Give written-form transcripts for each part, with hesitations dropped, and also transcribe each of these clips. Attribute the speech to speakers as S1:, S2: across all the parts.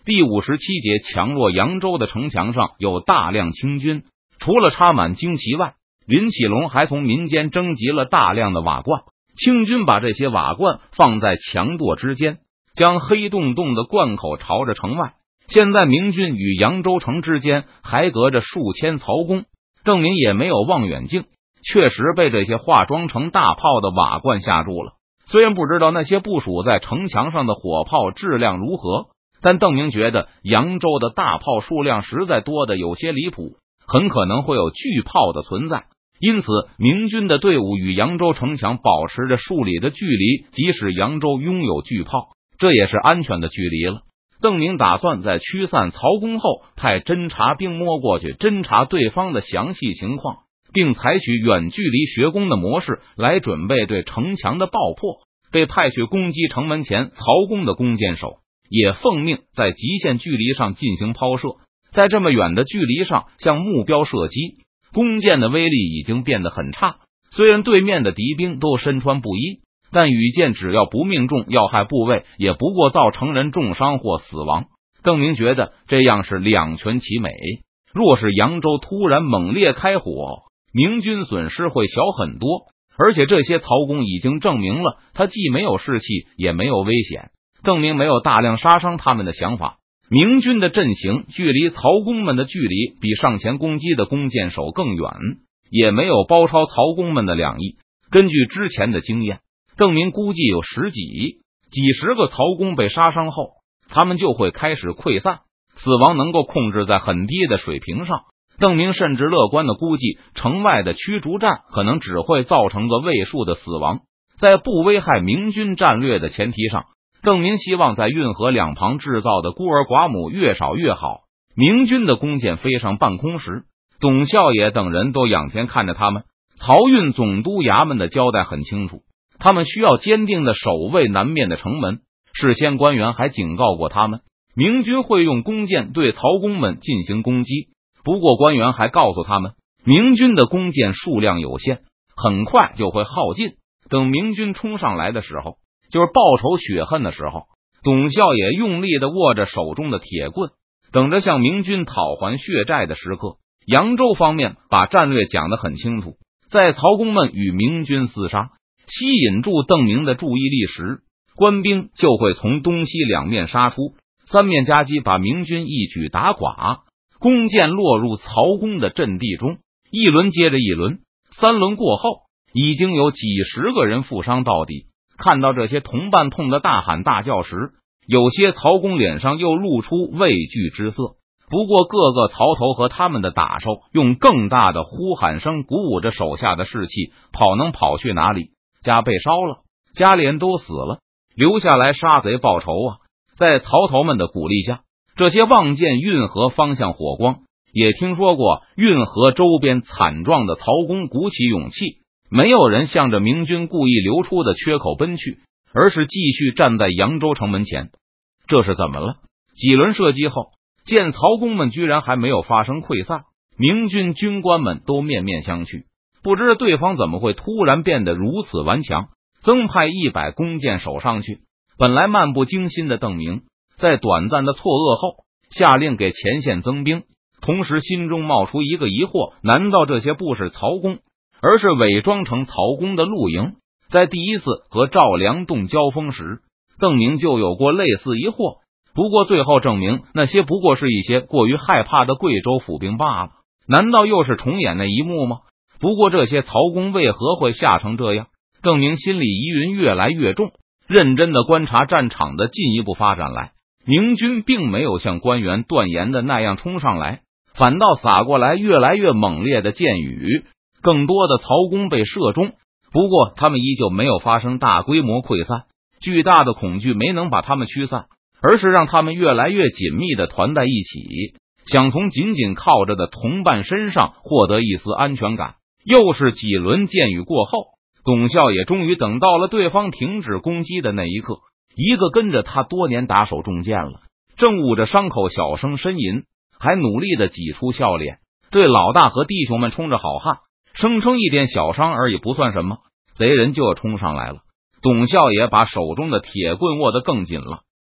S1: 第57节，强弱扬州的城墙上有大量清军，除了插满旌旗外，林启龙还从民间征集了大量的瓦罐。清军把这些瓦罐放在墙垛之间，将黑洞洞的罐口朝着城外。现在明军与扬州城之间还隔着数千曹公，邓明也没有望远镜，确实被这些化妆成大炮的瓦罐吓住了。虽然不知道那些部署在城墙上的火炮质量如何，但邓明觉得扬州的大炮数量实在多得有些离谱，很可能会有巨炮的存在。因此明军的队伍与扬州城墙保持着数里的距离，即使扬州拥有巨炮，这也是安全的距离了。邓明打算在驱散曹公后，派侦察兵摸过去侦察对方的详细情况，并采取远距离学攻的模式来准备对城墙的爆破。被派去攻击城门前曹公的弓箭手也奉命在极限距离上进行抛射，在这么远的距离上向目标射击，弓箭的威力已经变得很差。虽然对面的敌兵都身穿布衣，但羽箭只要不命中要害部位，也不过造成人重伤或死亡。邓明觉得这样是两全其美。若是扬州突然猛烈开火，明军损失会小很多，而且这些曹公已经证明了他既没有士气也没有危险。邓明没有大量杀伤他们的想法。明军的阵型距离曹公们的距离比上前攻击的弓箭手更远，也没有包抄曹公们的2翼。根据之前的经验，邓明估计有几十个曹公被杀伤后，他们就会开始溃散，死亡能够控制在很低的水平上。邓明甚至乐观的估计，城外的驱逐战可能只会造成个位数的死亡。在不危害明军战略的前提上，邓明希望在运河两旁制造的孤儿寡母越少越好。明军的弓箭飞上半空时，董孝也等人都仰天看着他们。漕运总督衙门的交代很清楚，他们需要坚定的守卫南面的城门。事先官员还警告过他们，明军会用弓箭对曹公们进行攻击。不过官员还告诉他们，明军的弓箭数量有限，很快就会耗尽。等明军冲上来的时候，就是报仇雪恨的时候。董孝也用力地握着手中的铁棍，等着向明军讨还血债的时刻。扬州方面把战略讲得很清楚，在曹公们与明军厮杀，吸引住邓明的注意力时，官兵就会从东西两面杀出，三面夹击，把明军一举打垮。弓箭落入曹公的阵地中，一轮接着一轮，3轮过后，已经有几十个人负伤到底。看到这些同伴痛的大喊大叫时，有些曹公脸上又露出畏惧之色。不过各个曹头和他们的打手用更大的呼喊声鼓舞着手下的士气，跑能跑去哪里？家被烧了，家里人都死了，留下来杀贼报仇啊！在曹头们的鼓励下，这些望见运河方向火光，也听说过运河周边惨状的曹公鼓起勇气，没有人向着明军故意流出的缺口奔去，而是继续站在扬州城门前。这是怎么了？几轮射击后，见曹公们居然还没有发生溃散，明军军官们都面面相觑，不知对方怎么会突然变得如此顽强。增派100弓箭手上去。本来漫不经心的邓明，在短暂的错愕后，下令给前线增兵，同时心中冒出一个疑惑：难道这些不是曹公，而是伪装成曹公的露营？在第一次和赵良栋交锋时，邓明就有过类似疑惑，不过最后证明那些不过是一些过于害怕的贵州府兵罢了。难道又是重演那一幕吗？不过这些曹公为何会吓成这样？邓明心里疑云越来越重，认真的观察战场的进一步发展来。明军并没有像官员断言的那样冲上来，反倒洒过来越来越猛烈的箭雨，更多的曹公被射中。不过他们依旧没有发生大规模溃散，巨大的恐惧没能把他们驱散，而是让他们越来越紧密的团在一起，想从紧紧靠着的同伴身上获得一丝安全感。又是几轮箭雨过后，董孝也终于等到了对方停止攻击的那一刻。一个跟着他多年打手中箭了，正捂着伤口小声呻吟，还努力的挤出笑脸，对老大和弟兄们冲着好汉，声称一点小伤而已不算什么，贼人就要冲上来了。董孝也把手中的铁棍握得更紧了，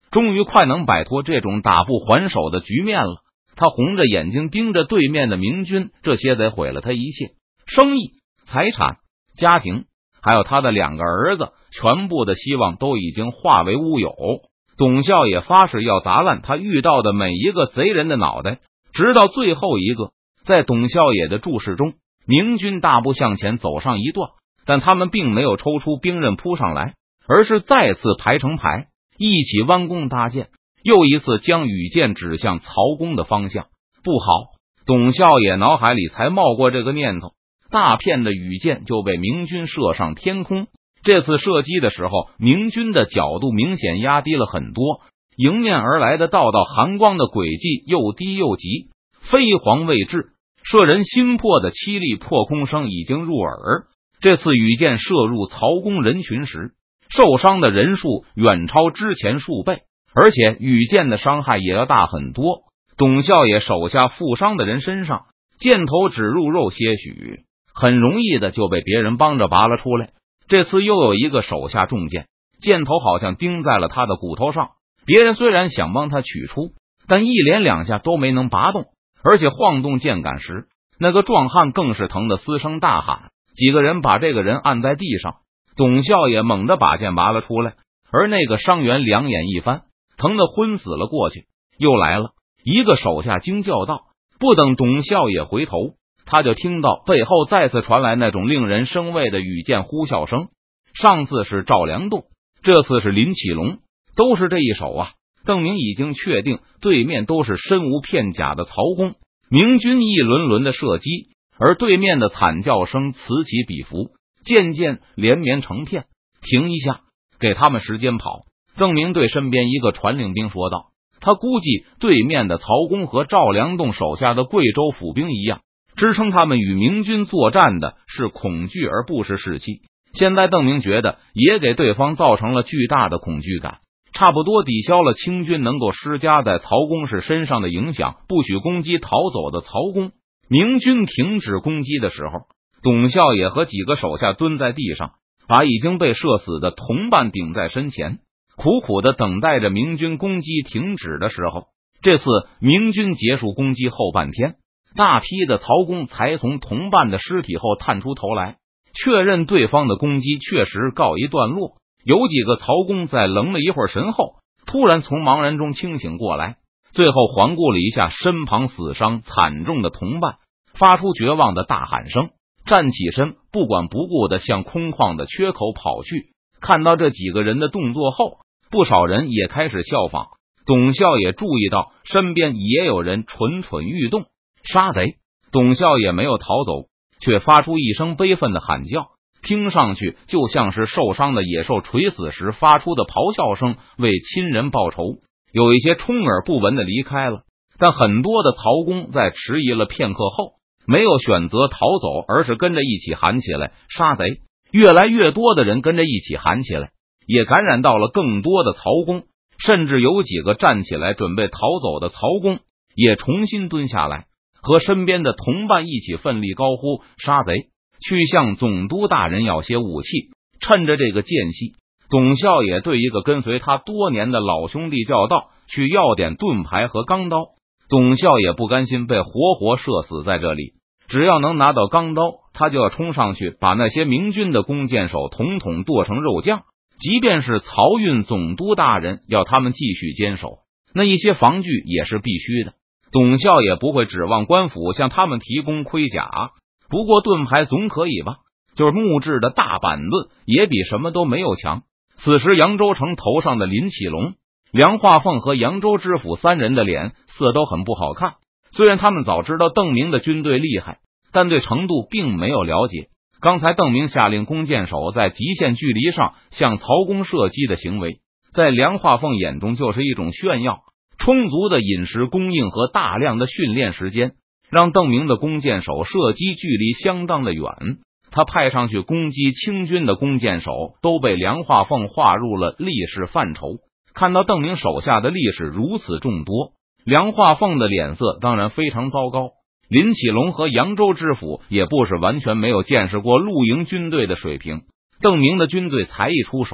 S1: 终于快能摆脱这种打不还手的局面了。他红着眼睛盯着对面的明军，这些贼毁了他一切生意、财产、家庭，还有他的2个儿子，全部的希望都已经化为乌有。董孝也发誓要砸烂他遇到的每一个贼人的脑袋，直到最后一个。在董孝也的注视中，明军大步向前走上一段，但他们并没有抽出兵刃扑上来，而是再次排成排，一起弯弓搭箭，又一次将羽箭指向曹公的方向。不好！董孝也脑海里才冒过这个念头，大片的羽箭就被明军射上天空。这次射击的时候，明军的角度明显压低了很多，迎面而来的道道寒光的轨迹又低又急，飞黄未至，摄人心魄的凄厉破空声已经入耳。这次羽箭射入曹公人群时，受伤的人数远超之前数倍，而且羽箭的伤害也要大很多。董孝也手下负伤的人身上，箭头只入肉些许，很容易的就被别人帮着拔了出来。这次又有一个手下中箭，箭头好像钉在了他的骨头上，别人虽然想帮他取出，但一连2下都没能拔动，而且晃动箭杆时，那个壮汉更是疼得嘶声大喊。几个人把这个人按在地上，董孝也猛地把剑拔了出来，而那个伤员两眼一翻，疼得昏死了过去。又来了一个手下惊叫道，不等董孝也回头，他就听到背后再次传来那种令人生畏的羽箭呼啸声。上次是赵良栋，这次是林启龙，都是这一手啊！邓明已经确定对面都是身无片甲的曹公。明军一轮轮的射击，而对面的惨叫声此起彼伏，渐渐连绵成片。停一下，给他们时间跑。邓明对身边一个传令兵说道，他估计对面的曹公和赵良栋手下的贵州府兵一样，支撑他们与明军作战的是恐惧而不是士气。现在邓明觉得也给对方造成了巨大的恐惧感，差不多抵消了清军能够施加在曹公氏身上的影响，不许攻击逃走的曹公。明军停止攻击的时候，董孝也和几个手下蹲在地上，把已经被射死的同伴顶在身前，苦苦的等待着明军攻击停止的时候。这次明军结束攻击后半天，大批的曹公才从同伴的尸体后探出头来，确认对方的攻击确实告一段落。有几个曹公在愣了一会儿神后，突然从茫然中清醒过来，最后环顾了一下身旁死伤惨重的同伴，发出绝望的大喊声，站起身，不管不顾的向空旷的缺口跑去。看到这几个人的动作后，不少人也开始效仿。董孝也注意到身边也有人蠢蠢欲动，杀贼！董孝也没有逃走，却发出一声悲愤的喊叫，听上去就像是受伤的野兽垂死时发出的咆哮声，为亲人报仇。有一些充耳不闻的离开了，但很多的曹公在迟疑了片刻后，没有选择逃走，而是跟着一起喊起来杀贼。越来越多的人跟着一起喊起来，也感染到了更多的曹公，甚至有几个站起来准备逃走的曹公也重新蹲下来，和身边的同伴一起奋力高呼杀贼，去向总督大人要些武器。趁着这个间隙，董孝也对一个跟随他多年的老兄弟叫道，去要点盾牌和钢刀。董孝也不甘心被活活射死在这里，只要能拿到钢刀，他就要冲上去把那些明军的弓箭手统统剁成肉酱。即便是漕运总督大人要他们继续坚守，那一些防具也是必须的。董孝也不会指望官府向他们提供盔甲，不过盾牌总可以吧，就是木质的大板盾也比什么都没有强。此时扬州城头上的林启龙、梁化凤和扬州知府3人的脸色都很不好看。虽然他们早知道邓明的军队厉害，但对程度并没有了解。刚才邓明下令弓箭手在极限距离上向曹公射击的行为，在梁化凤眼中就是一种炫耀。充足的饮食供应和大量的训练时间，让邓明的弓箭手射击距离相当的远。他派上去攻击清军的弓箭手都被梁化凤划入了力士范畴。看到邓明手下的力士如此众多，梁化凤的脸色当然非常糟糕。林启龙和扬州知府也不是完全没有见识过露营军队的水平，邓明的军队才一出手，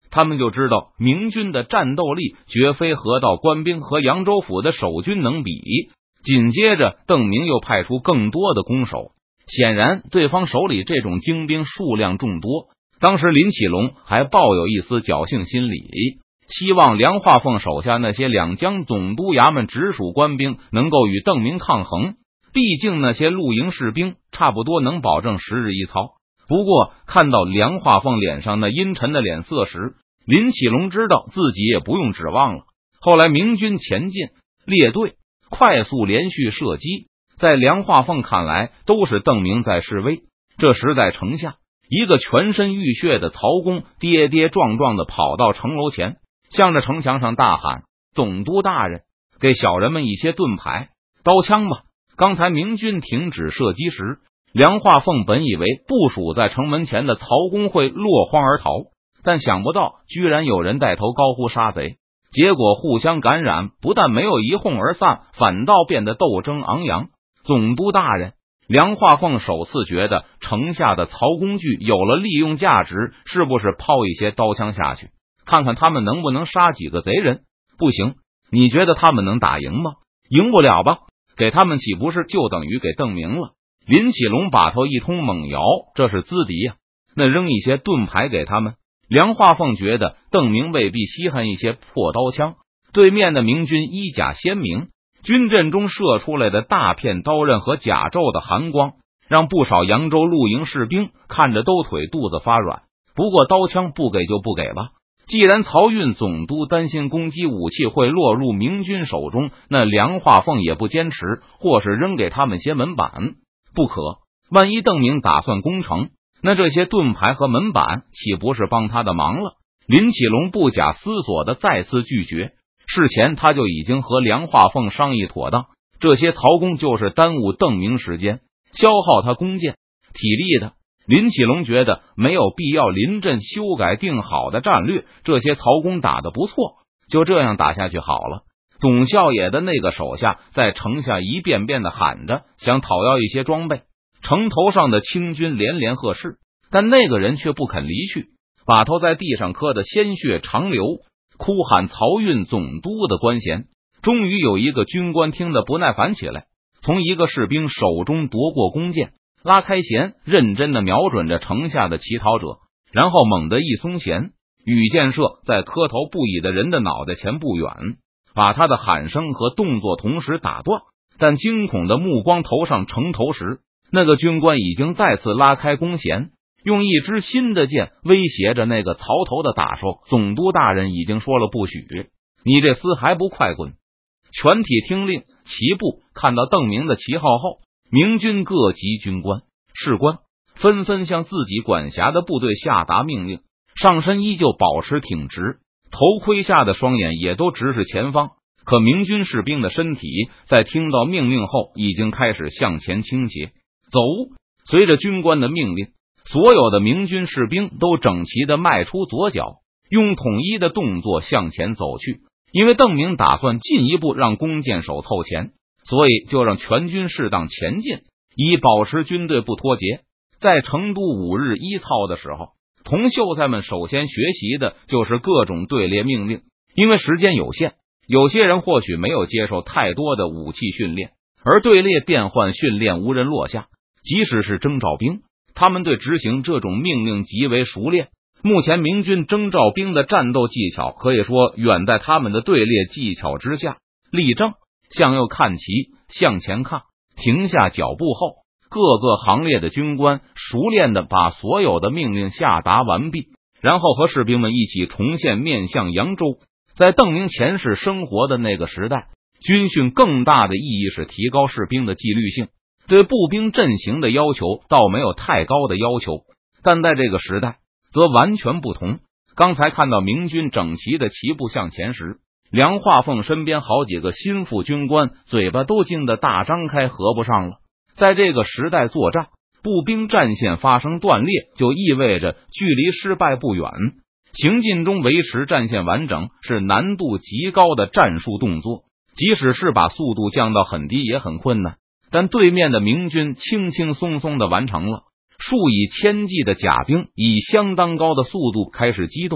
S1: 他们就知道明军的战斗力绝非河道官兵和扬州府的守军能比。紧接着，邓明又派出更多的弓手，显然对方手里这种精兵数量众多。当时林启龙还抱有一丝侥幸心理，希望梁化凤手下那些两江总督衙门直属官兵能够与邓明抗衡，毕竟那些露营士兵差不多能保证10日一操。不过看到梁化凤脸上那阴沉的脸色时，林启龙知道自己也不用指望了。后来明军前进，列队快速连续射击，在梁化凤看来都是邓明在示威。这时在城下，一个全身浴血的曹公跌跌撞撞的跑到城楼前，向着城墙上大喊：总督大人，给小人们一些盾牌刀枪吧。刚才明军停止射击时，梁化凤本以为部署在城门前的曹公会落荒而逃，但想不到居然有人带头高呼杀贼，结果互相感染，不但没有一哄而散，反倒变得斗争昂扬。总督大人，梁化凤首次觉得城下的曹公具有了利用价值，是不是抛一些刀枪下去，看看他们能不能杀几个贼人？不行，你觉得他们能打赢吗？赢不了吧？给他们岂不是就等于给邓明了？林启龙把头一通猛摇，这是资敌呀！那扔一些盾牌给他们。梁化凤觉得邓明未必稀罕一些破刀枪，对面的明军衣甲鲜明，军阵中射出来的大片刀刃和甲胄的寒光，让不少扬州露营士兵看着都腿肚子发软。不过刀枪不给就不给吧，既然曹运总督担心攻击武器会落入明军手中，那梁化凤也不坚持，或是扔给他们些门板。不可，万一邓明打算攻城，那这些盾牌和门板岂不是帮他的忙了？林启龙不假思索的再次拒绝。事前他就已经和梁化凤商议妥当，这些曹公就是耽误邓明时间，消耗他弓箭体力的。林启龙觉得没有必要临阵修改定好的战略，这些曹公打得不错，就这样打下去好了。总校野的那个手下在城下一遍遍的喊着，想讨要一些装备。城头上的清军连连呵斥，但那个人却不肯离去，把头在地上磕得鲜血长流，哭喊曹运总督的官衔。终于有一个军官听得不耐烦起来，从一个士兵手中夺过弓箭，拉开弦，认真的瞄准着城下的乞讨者，然后猛地一松弦，羽箭射在磕头不已的人的脑袋前不远，把他的喊声和动作同时打断。但惊恐的目光投上城头时，那个军官已经再次拉开弓弦，用一支新的箭威胁着那个曹头的打手。总督大人已经说了不许，你这厮还不快滚！全体听令，齐步。看到邓明的旗号后，明军各级军官士官纷纷向自己管辖的部队下达命令，上身依旧保持挺直，头盔下的双眼也都直视前方。可明军士兵的身体在听到命令后已经开始向前倾斜。走！随着军官的命令，所有的明军士兵都整齐的迈出左脚，用统一的动作向前走去。因为邓明打算进一步让弓箭手凑前，所以就让全军适当前进，以保持军队不脱节。在成都5日一操的时候，同秀才们首先学习的就是各种队列命令。因为时间有限，有些人或许没有接受太多的武器训练，而队列变换训练无人落下。即使是征召兵，他们对执行这种命令极为熟练。目前明军征召兵的战斗技巧可以说远在他们的队列技巧之下。立正，向右看齐，向前看，停下脚步后，各个行列的军官熟练的把所有的命令下达完毕，然后和士兵们一起重现面向扬州。在邓明前世生活的那个时代，军训更大的意义是提高士兵的纪律性，对步兵阵型的要求倒没有太高的要求，但在这个时代则完全不同。刚才看到明军整齐的齐步向前时，梁化凤身边好几个心腹军官嘴巴都惊得大张开合不上了。在这个时代作战，步兵战线发生断裂就意味着距离失败不远，行进中维持战线完整是难度极高的战术动作，即使是把速度降到很低也很困难。但对面的明军轻轻松松的完成了，数以千计的甲兵以相当高的速度开始机动，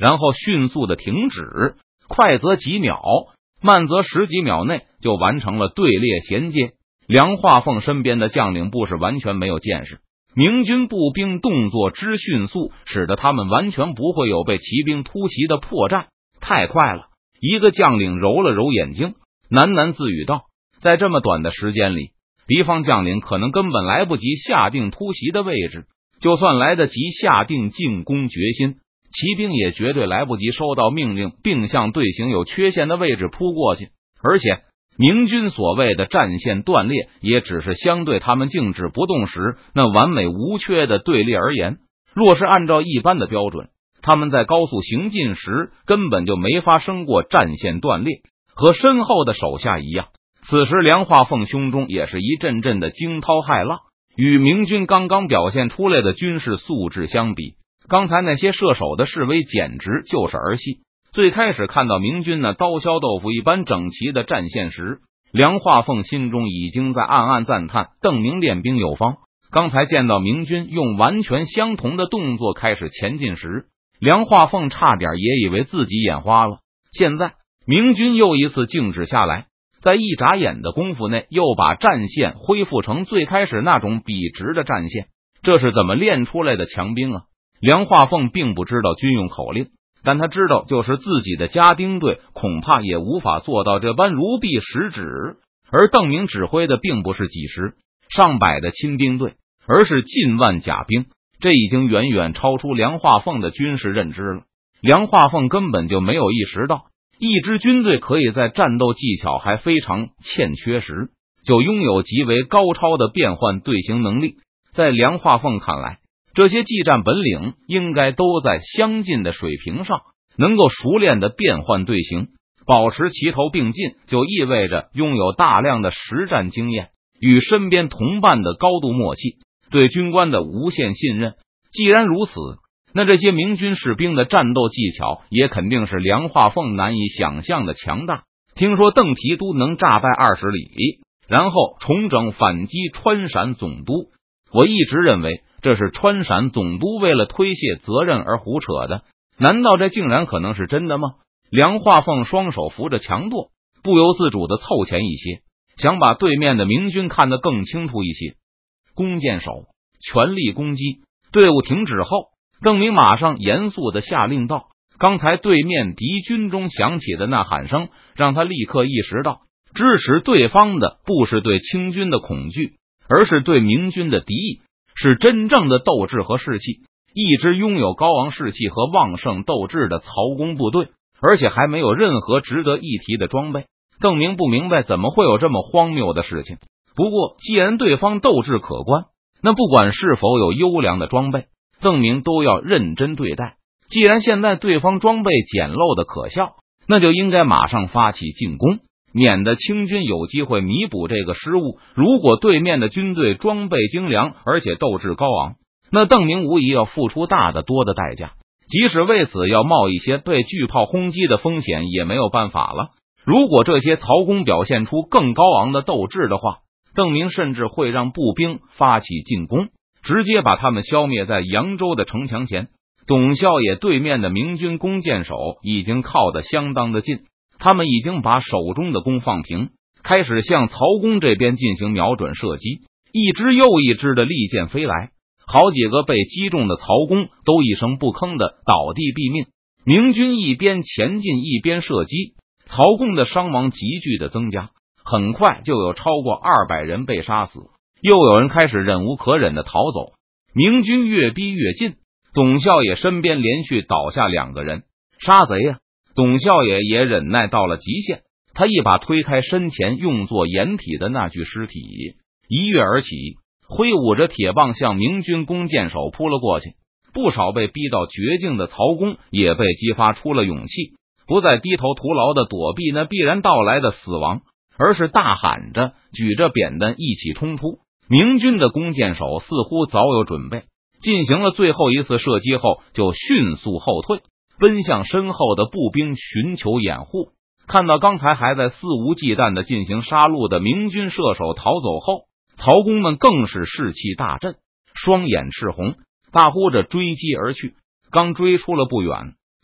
S1: 然后迅速的停止，快则几秒，慢则十几秒内就完成了队列衔接。梁化凤身边的将领部是完全没有见识，明军步兵动作之迅速，使得他们完全不会有被骑兵突袭的破绽，太快了。一个将领揉了揉眼睛，喃喃自语道：在这么短的时间里，敌方将领可能根本来不及下定突袭的位置，就算来得及下定进攻决心，骑兵也绝对来不及收到命令并向队形有缺陷的位置扑过去。而且明军所谓的战线断裂，也只是相对他们静止不动时那完美无缺的队列而言。若是按照一般的标准，他们在高速行进时根本就没发生过战线断裂，和身后的手下一样。此时梁化凤胸中也是一阵阵的惊涛骇浪，与明军刚刚表现出来的军事素质相比，刚才那些射手的示威简直就是儿戏。最开始看到明军那刀削豆腐一般整齐的战线时，梁化凤心中已经在暗暗赞叹邓明练兵有方。刚才见到明军用完全相同的动作开始前进时，梁化凤差点也以为自己眼花了。现在明军又一次静止下来，在一眨眼的功夫内又把战线恢复成最开始那种笔直的战线，这是怎么练出来的强兵啊？梁化凤并不知道军用口令，但他知道就是自己的家丁队恐怕也无法做到这般如臂使指。而邓明指挥的并不是几十上百的亲兵队，而是近万甲兵，这已经远远超出梁化凤的军事认知了。梁化凤根本就没有意识到，一支军队可以在战斗技巧还非常欠缺时，就拥有极为高超的变换队形能力。在梁化凤看来，这些技战本领应该都在相近的水平上，能够熟练的变换队形，保持齐头并进，就意味着拥有大量的实战经验，与身边同伴的高度默契，对军官的无限信任。既然如此，那这些明军士兵的战斗技巧也肯定是梁化凤难以想象的强大。听说邓提督能炸败20里，然后重整反击川陕总督，我一直认为这是川陕总督为了推卸责任而胡扯的，难道这竟然可能是真的吗？梁化凤双手扶着墙垛，不由自主地凑前一些，想把对面的明军看得更清楚一些。弓箭手全力攻击，队伍停止后，邓明马上严肃地下令道：刚才对面敌军中响起的呐喊声，让他立刻意识到，支持对方的不是对清军的恐惧，而是对明军的敌意，是真正的斗志和士气。一支拥有高昂士气和旺盛斗志的曹公部队，而且还没有任何值得一提的装备。邓明不明白怎么会有这么荒谬的事情，不过既然对方斗志可观，那不管是否有优良的装备，邓明都要认真对待。既然现在对方装备简陋的可笑，那就应该马上发起进攻，免得清军有机会弥补这个失误。如果对面的军队装备精良，而且斗志高昂，那邓明无疑要付出大得多的代价，即使为此要冒一些被巨炮轰击的风险，也没有办法了。如果这些曹公表现出更高昂的斗志的话，邓明甚至会让步兵发起进攻，直接把他们消灭在扬州的城墙前。董孝也对面的明军弓箭手已经靠得相当的近，他们已经把手中的弓放平，开始向曹公这边进行瞄准射击。一支又一支的利箭飞来，好几个被击中的曹公都一声不吭的倒地毙命。明军一边前进一边射击，曹公的伤亡急剧的增加，很快就有超过200人被杀死，又有人开始忍无可忍的逃走。明军越逼越近，董孝也身边连续倒下2个人。杀贼啊！董孝也忍耐到了极限，他一把推开身前用作掩体的那具尸体，一跃而起，挥舞着铁棒向明军弓箭手扑了过去。不少被逼到绝境的曹公也被激发出了勇气，不再低头徒劳的躲避那必然到来的死亡，而是大喊着举着扁担一起冲出。明军的弓箭手似乎早有准备，进行了最后一次射击后就迅速后退，奔向身后的步兵寻求掩护。看到刚才还在肆无忌惮的进行杀戮的明军射手逃走后，曹公们更是士气大振，双眼赤红，大呼着追击而去。刚追出了不远，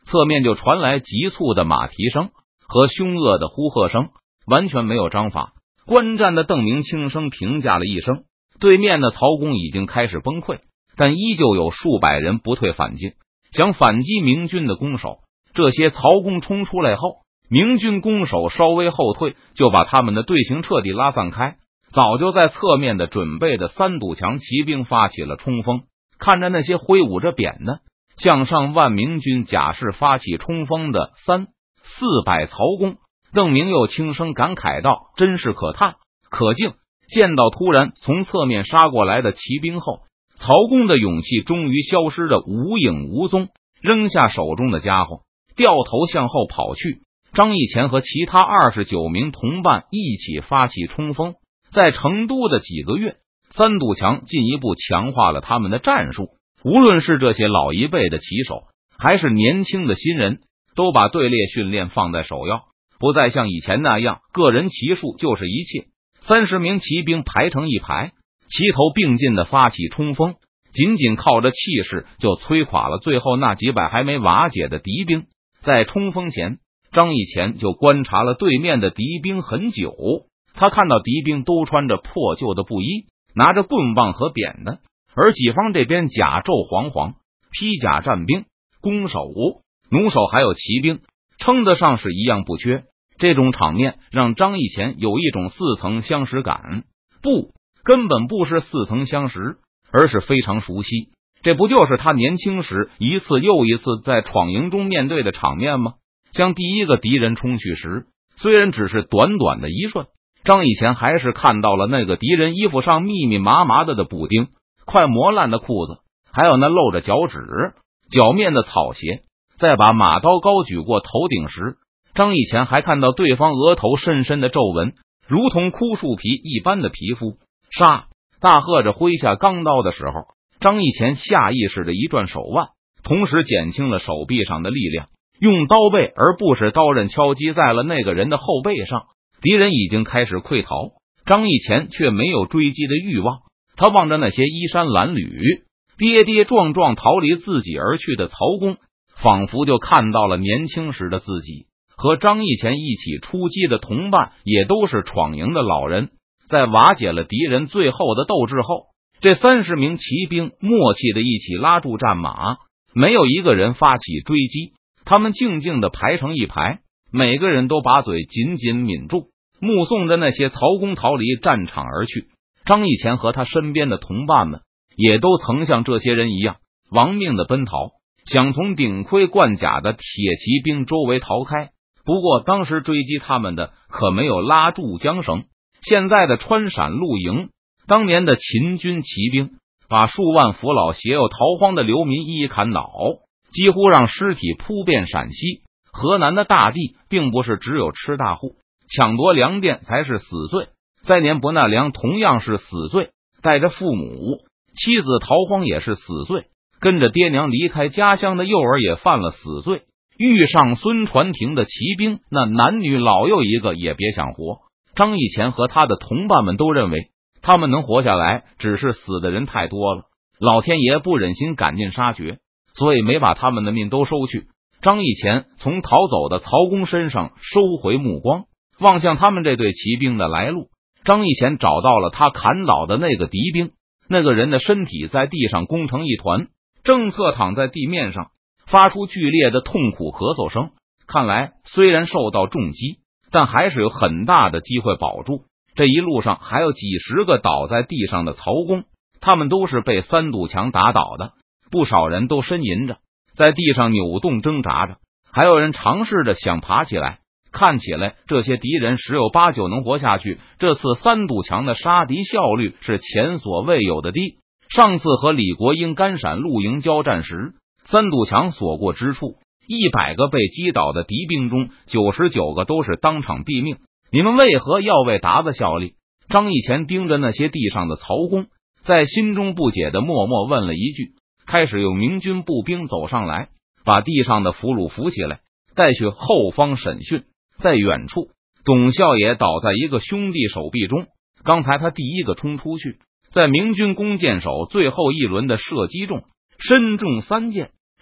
S1: 侧面就传来急促的马蹄声和凶恶的呼喝声，完全没有章法。观战的邓明轻声评价了一声，对面的曹公已经开始崩溃，但依旧有数百人不退反进，想反击明军的攻守。这些曹公冲出来后，明军攻守稍微后退，就把他们的队形彻底拉散开。早就在侧面的准备的三堵墙骑兵发起了冲锋，看着那些挥舞着扁的向上万明军甲士发起冲锋的300-400曹公，邓明又轻声感慨道：真是可叹可敬。见到突然从侧面杀过来的骑兵后，曹公的勇气终于消失得无影无踪，扔下手中的家伙，掉头向后跑去。张义前和其他29名同伴一起发起冲锋。在成都的几个月，三堵墙进一步强化了他们的战术，无论是这些老一辈的骑手，还是年轻的新人，都把队列训练放在首要，不再像以前那样个人骑术就是一切。30名骑兵排成一排，齐头并进的发起冲锋，仅仅靠着气势就摧垮了最后那几百还没瓦解的敌兵。在冲锋前，张义前就观察了对面的敌兵很久，他看到敌兵都穿着破旧的布衣，拿着棍棒和扁担，而己方这边甲胄煌煌，披甲战兵、弓手、弩手还有骑兵，称得上是一样不缺。这种场面让张义前有一种似曾相识感，根本不是似曾相识，而是非常熟悉。这不就是他年轻时一次又一次在闯营中面对的场面吗？向第一个敌人冲去时，虽然只是短短的一瞬，张义前还是看到了那个敌人衣服上密密麻麻的补丁、快磨烂的裤子，还有那露着脚趾、脚面的草鞋。在把马刀高举过头顶时，张义前还看到对方额头深深的皱纹，如同枯树皮一般的皮肤。杀！大喝着挥下钢刀的时候，张义前下意识的一转手腕，同时减轻了手臂上的力量，用刀背而不是刀刃敲击在了那个人的后背上。敌人已经开始溃逃，张义前却没有追击的欲望。他望着那些衣衫褴褛、跌跌撞撞逃离自己而去的曹公，仿佛就看到了年轻时的自己。和张义前一起出击的同伴也都是闯营的老人。在瓦解了敌人最后的斗志后，这30名骑兵默契的一起拉住战马，没有一个人发起追击，他们静静的排成一排，每个人都把嘴紧紧抿住，目送着那些曹公逃离战场而去。张义前和他身边的同伴们也都曾像这些人一样亡命的奔逃，想从顶盔贯甲的铁骑兵周围逃开。不过当时追击他们的可没有拉住缰绳。现在的川陕露营，当年的秦军骑兵把数万扶老携幼逃荒的流民一一砍倒，几乎让尸体铺遍陕西。河南的大地并不是只有吃大户，抢夺粮店才是死罪，再年不纳粮同样是死罪，带着父母妻子逃荒也是死罪，跟着爹娘离开家乡的幼儿也犯了死罪。遇上孙传庭的骑兵，那男女老幼一个也别想活。张义前和他的同伴们都认为他们能活下来，只是死的人太多了，老天爷不忍心赶尽杀绝，所以没把他们的命都收去。张义前从逃走的曹公身上收回目光，望向他们这队骑兵的来路。张义前找到了他砍倒的那个敌兵，那个人的身体在地上弓成一团，正侧躺在地面上，发出剧烈的痛苦咳嗽声。看来虽然受到重击，但还是有很大的机会保住。这一路上还有几十个倒在地上的曹公，他们都是被三堵墙打倒的，不少人都呻吟着，在地上扭动挣扎着，还有人尝试着想爬起来。看起来这些敌人十有八九能活下去。这次三堵墙的杀敌效率是前所未有的低。上次和李国英甘陕露营交战时，三堵墙所过之处，100个被击倒的敌兵中99个都是当场毙命。你们为何要为鞑子效力？张义前盯着那些地上的曹公，在心中不解的默默问了一句。开始有明军步兵走上来，把地上的俘虏扶起来，带去后方审讯。在远处，董孝也倒在一个兄弟手臂中，刚才他第一个冲出去，在明军弓箭手最后一轮的射击中身中3箭，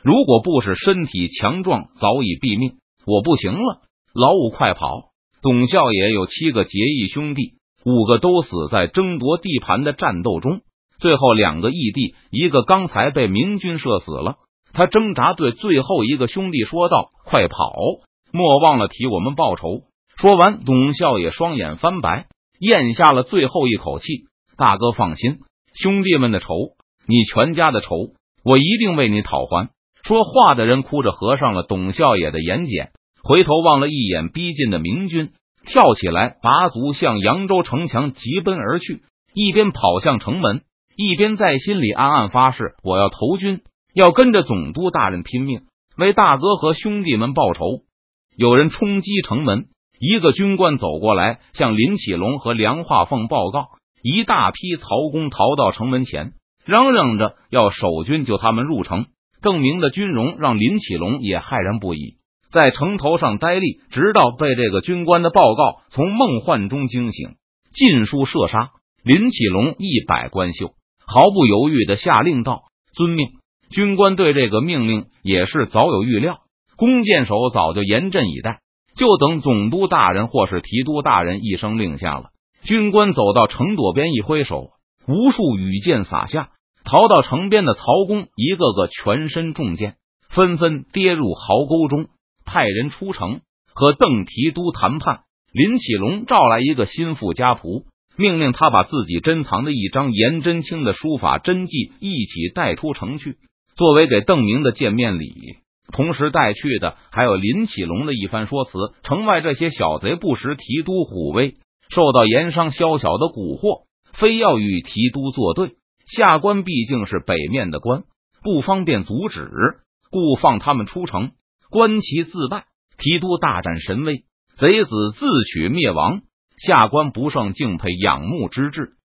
S1: 如果不是身体强壮，早已毙命。我不行了，老五快跑！董孝也有7个结义兄弟，5个都死在争夺地盘的战斗中，最后2个义弟，一个刚才被明军射死了。他挣扎对最后一个兄弟说道：“快跑，莫忘了替我们报仇。”说完，董孝也双眼翻白，咽下了最后一口气。大哥放心，兄弟们的仇，你全家的仇，我一定为你讨还。说话的人哭着合上了董孝也的眼睑，回头望了一眼逼近的明军，跳起来拔足向扬州城墙疾奔而去，一边跑向城门，一边在心里暗暗发誓：我要投军，要跟着总督大人拼命，为大哥和兄弟们报仇。有人冲击城门，一个军官走过来，向林启龙和梁化凤报告，一大批曹公逃到城门前，嚷嚷着要守军救他们入城。邓明的军容让林启龙也骇然不已，在城头上呆立，直到被这个军官的报告从梦幻中惊醒，尽数射杀。林启龙100关袖，毫不犹豫地下令道：遵命。军官对这个命令也是早有预料，弓箭手早就严阵以待，就等总督大人或是提督大人一声令下了。军官走到城垛边一挥手，无数羽箭洒下，逃到城边的曹公一个个全身中箭，纷纷跌入壕沟中。派人出城和邓提督谈判。林启龙召来一个心腹家仆，命令他把自己珍藏的一张颜真卿的书法真迹一起带出城去，作为给邓明的见面礼。同时带去的还有林启龙的一番说辞：城外这些小贼不识提督虎威，受到盐商宵小的蛊惑，非要与提督作对。下官毕竟是北面的官，不方便阻止，故放他们出城，观其自败。提督大展神威，贼子自取灭亡，下官不胜敬佩仰慕之至。